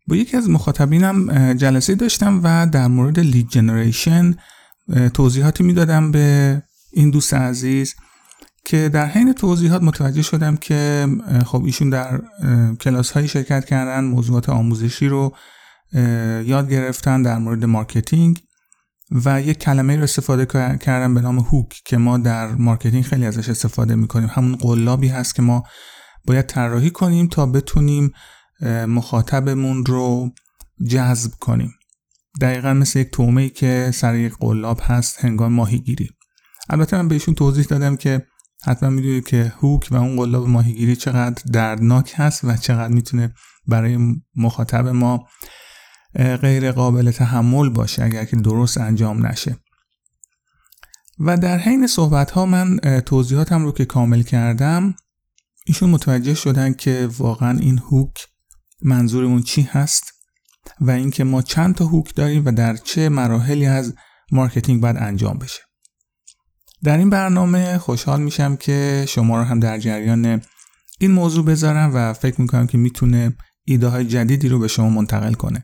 با یکی از مخاطبینم جلسه داشتم و در مورد لید جنریشن توضیحاتی میدادم به این دوست عزیز که در حین توضیحات متوجه شدم که خب ایشون در کلاس هایی شرکت کردن، موضوعات آموزشی رو یاد گرفتن در مورد مارکتینگ و یک کلمه رو استفاده کردن به نام هوک که ما در مارکتینگ خیلی ازش استفاده میکنیم. همون قلابی هست که ما باید طراحی کنیم تا بتونیم مخاطبمون رو جذب کنیم. دقیقاً مثل یک تومه‌ای که سر یک قلاب هست هنگام ماهیگیری. البته من بهشون توضیح دادم که حتما میدونید که هوک و اون قلاب ماهیگیری چقدر دردناک هست و چقدر میتونه برای مخاطب ما غیر قابل تحمل باشه اگر که درست انجام نشه. و در حین صحبت ها من توضیحاتم رو که کامل کردم، ایشون متوجه شدن که واقعا این هوک منظورمون چی هست و اینکه ما چند تا هوک داریم و در چه مراحلی از مارکتینگ باید انجام بشه. در این برنامه خوشحال میشم که شما رو هم در جریان این موضوع بذارم و فکر میکنم که میتونه ایده های جدیدی رو به شما منتقل کنه.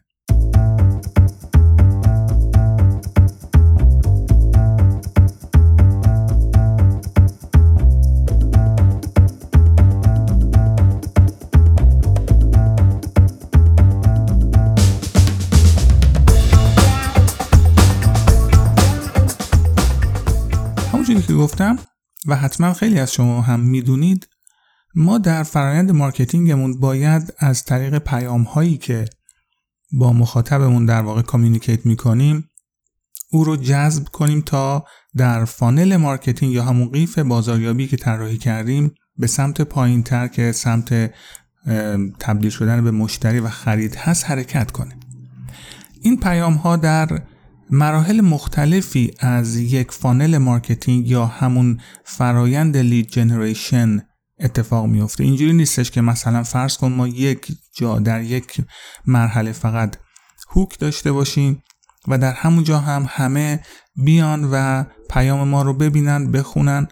همونجوری که گفتم و حتما خیلی از شما هم میدونید، ما در فرآیند مارکتینگمون باید از طریق پیام هایی که با مخاطبمون در واقع کامیونیکیت میکنیم او رو جذب کنیم تا در فانل مارکتینگ یا همون قیف بازاریابی که طراحی کردیم به سمت پایین تر که سمت تبدیل شدن به مشتری و خرید هست حرکت کنه. این پیام ها در مراحل مختلفی از یک فانل مارکتینگ یا همون فرایند لید جنریشن اتفاق میفته. اینجوری نیستش که مثلا فرض کن ما یک جا در یک مرحله فقط هوک داشته باشیم و در همون جا هم همه بیان و پیام ما رو ببینن، بخونن،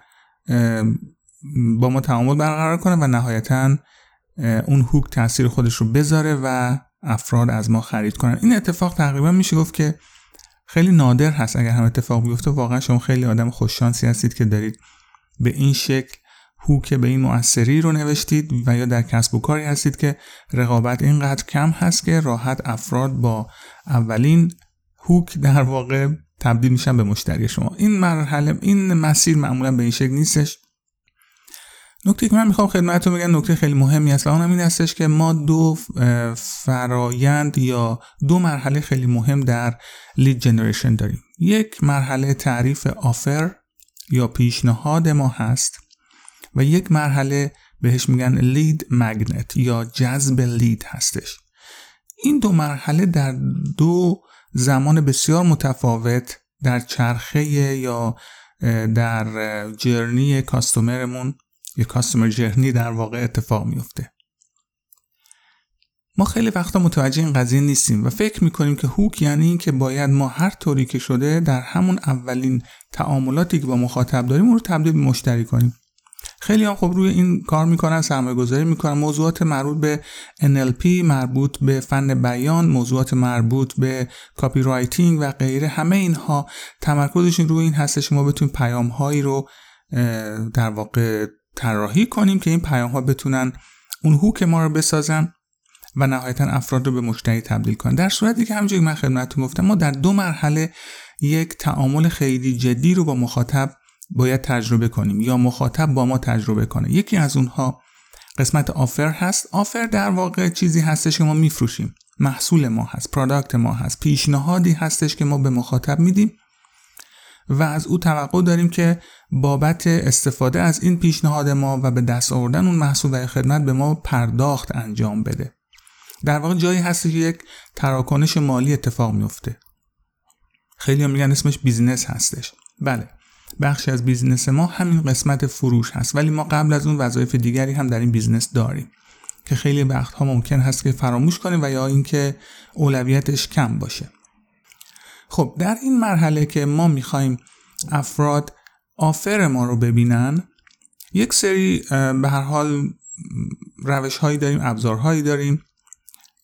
با ما تعامل برقرار کنن و نهایتاً اون هوک تاثیر خودش رو بذاره و افراد از ما خرید کنن. این اتفاق تقریبا میشه گفت که خیلی نادر هست. اگر هم اتفاق بیفته واقعا شما خیلی آدم خوششانسی هستید که دارید به این شکل هوک به این مؤثری رو نوشتید و یا در کسب و کاری هستید که رقابت اینقدر کم هست که راحت افراد با اولین هوک در واقع تبدیل میشن به مشتری شما. این مرحله، این مسیر معمولا به این شکل نیستش. نکته که من میخوام خدمتتون بگم نکته خیلی مهمی است و اونم این هستش که ما دو فرایند یا دو مرحله خیلی مهم در لید جنریشن داریم. یک مرحله تعریف آفر یا پیشنهاد ما هست و یک مرحله بهش میگن لید مگنت یا جذب لید هستش. این دو مرحله در دو زمان بسیار متفاوت در چرخه یا در جرنی کاستومرمون یا کاستومر جرنی در واقع اتفاق میفته. ما خیلی وقتا متوجه این قضیه نیستیم و فکر میکنیم که هوک یعنی این که باید ما هر طوری که شده در همون اولین تعاملاتی که با مخاطب داریم اون رو تبدیل به مشتری کنیم. خیلی هم خب روی این کار میکنن، سرمایه‌گذاری میکنن، موضوعات مربوط به NLP، مربوط به فن بیان، موضوعات مربوط به کاپی رایتینگ و غیره، همه اینها تمرکزشون روی این هستش که ما بتونیم پیام‌هایی رو در واقع طراحی کنیم که این پیام‌ها بتونن اون هوک ما رو بسازن و نهایتاً افراد رو به مشتری تبدیل کنن. در صورتی که همونجوری من خدمتتون گفتم ما در دو مرحله یک تعامل خیلی جدی رو با مخاطب باید تجربه کنیم یا مخاطب با ما تجربه کنه. یکی از اونها قسمت آفر هست. آفر در واقع چیزی هستش که ما میفروشیم، محصول ما هست، پروداکت ما هست، پیشنهادی هستش که ما به مخاطب میدیم و از او توقع داریم که بابت استفاده از این پیشنهاد ما و به دست آوردن اون محصول و خدمت به ما پرداخت انجام بده. در واقع جایی هست که یک تراکنش مالی اتفاق میفته. خیلی هم میگن اسمش بیزنس هستش. بله، بخشی از بیزنس ما همین قسمت فروش هست، ولی ما قبل از اون وظایف دیگری هم در این بیزنس داریم که خیلی وقتها ممکن هست که فراموش کنیم و یا اینکه اولویتش کم باشه. خب در این مرحله که ما میخوایم افراد آفر ما رو ببینن، یک سری به هر حال روش هایی داریم، ابزارهایی داریم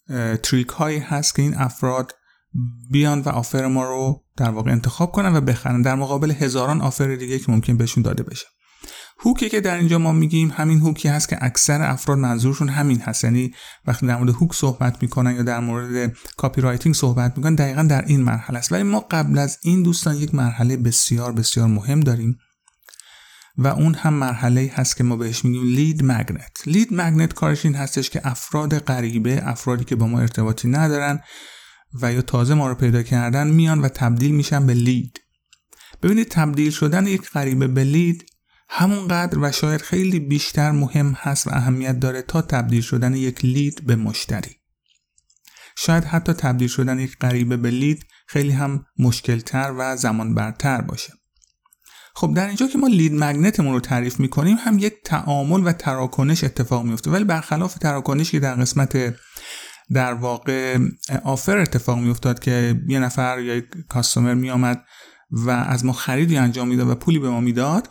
تریک هایی هست که این افراد بیان و آفر ما رو در واقع انتخاب کنن و بخرن در مقابل هزاران آفر دیگه که ممکن بهشون داده بشه. هوکی که در اینجا ما میگیم همین هوکی هست که اکثر افراد منظورشون همین هست، یعنی وقتی در مورد هوک صحبت میکنن یا در مورد کاپی رایتینگ صحبت میکنن دقیقاً در این مرحله است. ولی ما قبل از این دوستان یک مرحله بسیار بسیار مهم داریم و اون هم مرحله هست که ما بهش میگیم لید مگنت. لید مگنت کارش این هستش که افراد غریبه، افرادی که با ما ارتباطی ندارن و یا تازه ما رو پیدا کردن میان و تبدیل میشن به لید. ببینید تبدیل شدن یک غریبه به لید همونقدر و شاید خیلی بیشتر مهم هست و اهمیت داره تا تبدیل شدن یک لید به مشتری. شاید حتی تبدیل شدن یک غریبه به لید خیلی هم مشکلتر و زمان برتر باشه. خب در اینجا که ما لید مگنتمون رو تعریف میکنیم هم یک تعامل و تراکنش اتفاق میفته، ولی برخلاف تراکنشی که در قسمت در واقع آفر اتفاق میافتاد که یه نفر یا یک کاستومر میامد و از ما خریدی انجام میداد و پولی به ما میداد،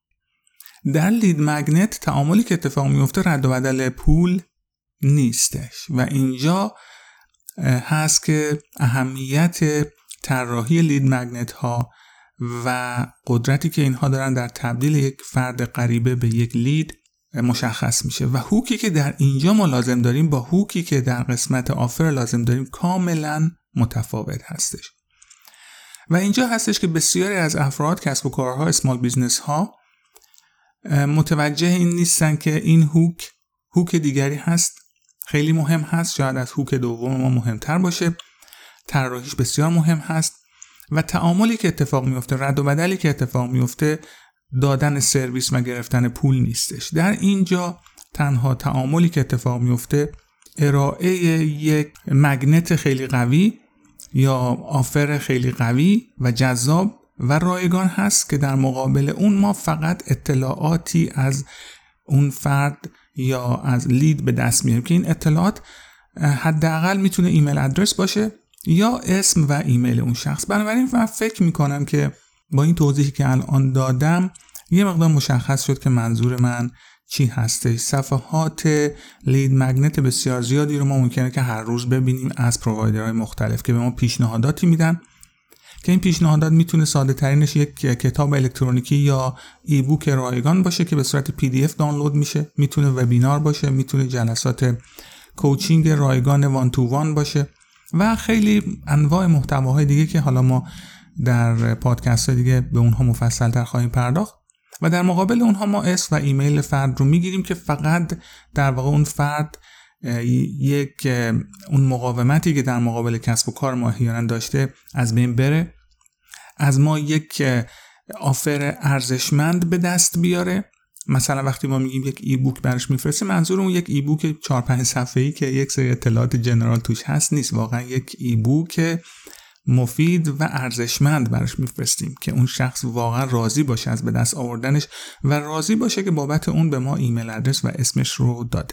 در لید مگنت تعاملی که اتفاق میفته رد و بدل پول نیستش و اینجا هست که اهمیت طراحی لید مگنت ها و قدرتی که اینها دارن در تبدیل یک فرد غریبه به یک لید مشخص میشه و هوکی که در اینجا ما لازم داریم با هوکی که در قسمت آفر لازم داریم کاملا متفاوت هستش. و اینجا هستش که بسیاری از افراد، کسب و کارها، اسمال بیزنس ها متوجه این نیستن که این هوک دیگری هست، خیلی مهم هست، شاید از هوک دوم ما مهمتر باشه، طراحیش بسیار مهم هست و تعاملی که اتفاق میفته، رد و بدلی که اتفاق میفته دادن سرویس و گرفتن پول نیستش. در اینجا تنها تعاملی که اتفاق میفته ارائه یک مگنت خیلی قوی یا آفر خیلی قوی و جذاب و رایگان هست که در مقابل اون ما فقط اطلاعاتی از اون فرد یا از لید به دست میاریم که این اطلاعات حداقل میتونه ایمیل ادرس باشه یا اسم و ایمیل اون شخص. بنابراین من فکر میکنم که با این توضیحی که الان دادم یه مقدار مشخص شد که منظور من چی هستش. صفحات لید مگنت بسیار زیادی رو ما ممکنه که هر روز ببینیم از پرووایدرهای مختلف که به ما پیشنهاداتی میدن که این پیشنهادات میتونه ساده ترینش یک کتاب الکترونیکی یا ای بوک رایگان باشه که به صورت PDF دانلود میشه، میتونه وبینار باشه، میتونه جلسات کوچینگ رایگان وان تو وان باشه و خیلی انواع محتواهای دیگه که حالا ما در پادکست دیگه به اونها مفصل تر خواهیم پرداخت و در مقابل اونها ما اسم و ایمیل فرد رو میگیریم که فقط در واقع اون فرد اون مقاومتی که در مقابل کسب و کار ما احیانا داشته از بین بره، از ما یک آفر ارزشمند به دست بیاره. مثلا وقتی ما میگیم یک ای بوک براش میفرستیم، منظور اون یک ای بوک 4-5 صفحه‌ای که یک سری اطلاعات جنرال توش هست نیست، واقعا یک ای بوک مفید و ارزشمند براش میفرستیم که اون شخص واقعا راضی باشه از به دست آوردنش و راضی باشه که بابت اون به ما ایمیل ادرس و اسمش رو داده.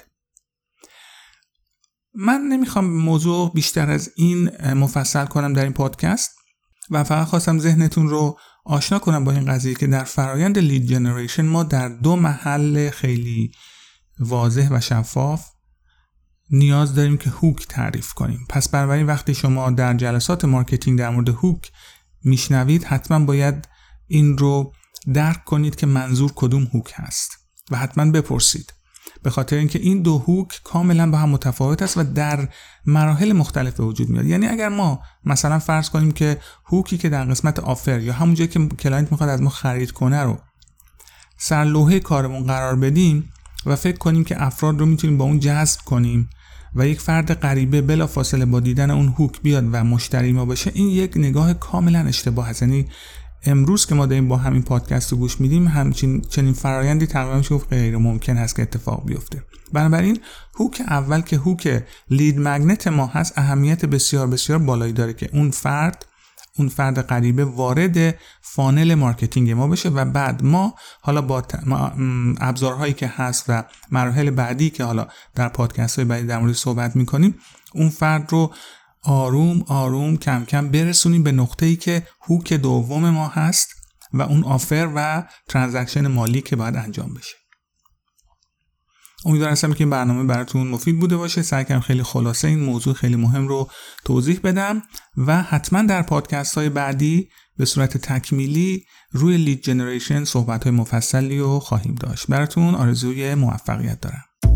من نمیخوام موضوع بیشتر از این مفصل کنم در این پادکست و فقط خواستم ذهنتون رو آشنا کنم با این قضیه که در فرایند لید جنریشن ما در 2 محل خیلی واضح و شفاف نیاز داریم که هوک تعریف کنیم. پس بنابراین وقتی شما در جلسات مارکتینگ در مورد هوک میشنوید حتما باید این رو درک کنید که منظور کدوم هوک هست و حتما بپرسید، به خاطر اینکه این 2 هوک کاملا با هم متفاوت است و در مراحل مختلف به وجود میاد. یعنی اگر ما مثلا فرض کنیم که هوکی که در قسمت آفر یا همون جایی که کلاینت میخواد از ما خرید کنه رو سرلوحه کارمون قرار بدیم و فکر کنیم که افراد رو میتونیم با اون جذب کنیم و یک فرد غریبه بلافاصله با دیدن اون هوک بیاد و مشتری ما بشه، این یک نگاه کاملا اشتباه است. یعنی امروز که ما داریم با همین پادکست رو گوش میدیم چنین فرایندی تقریبا میشه گفت غیر ممکن هست که اتفاق بیفته. بنابراین هوک اول که هوک لید مگنت ما هست اهمیت بسیار بسیار بالایی داره که اون فرد غریبه وارد فانل مارکتینگ ما بشه و بعد ما حالا با ابزارهایی که هست و مراحل بعدی که حالا در پادکست های بعدی در مورد صحبت میکنیم اون فرد رو آروم آروم کم کم برسونیم به نقطه‌ای که هوک دوم ما هست و اون آفر و ترانزکشن مالی که باید انجام بشه. امیدوارم هستم که این برنامه براتون مفید بوده باشه. سعی کردم خیلی خلاصه این موضوع خیلی مهم رو توضیح بدم و حتما در پادکست های بعدی به صورت تکمیلی روی لید جنریشن صحبت های مفصلی رو خواهیم داشت. براتون آرزوی موفقیت دارم.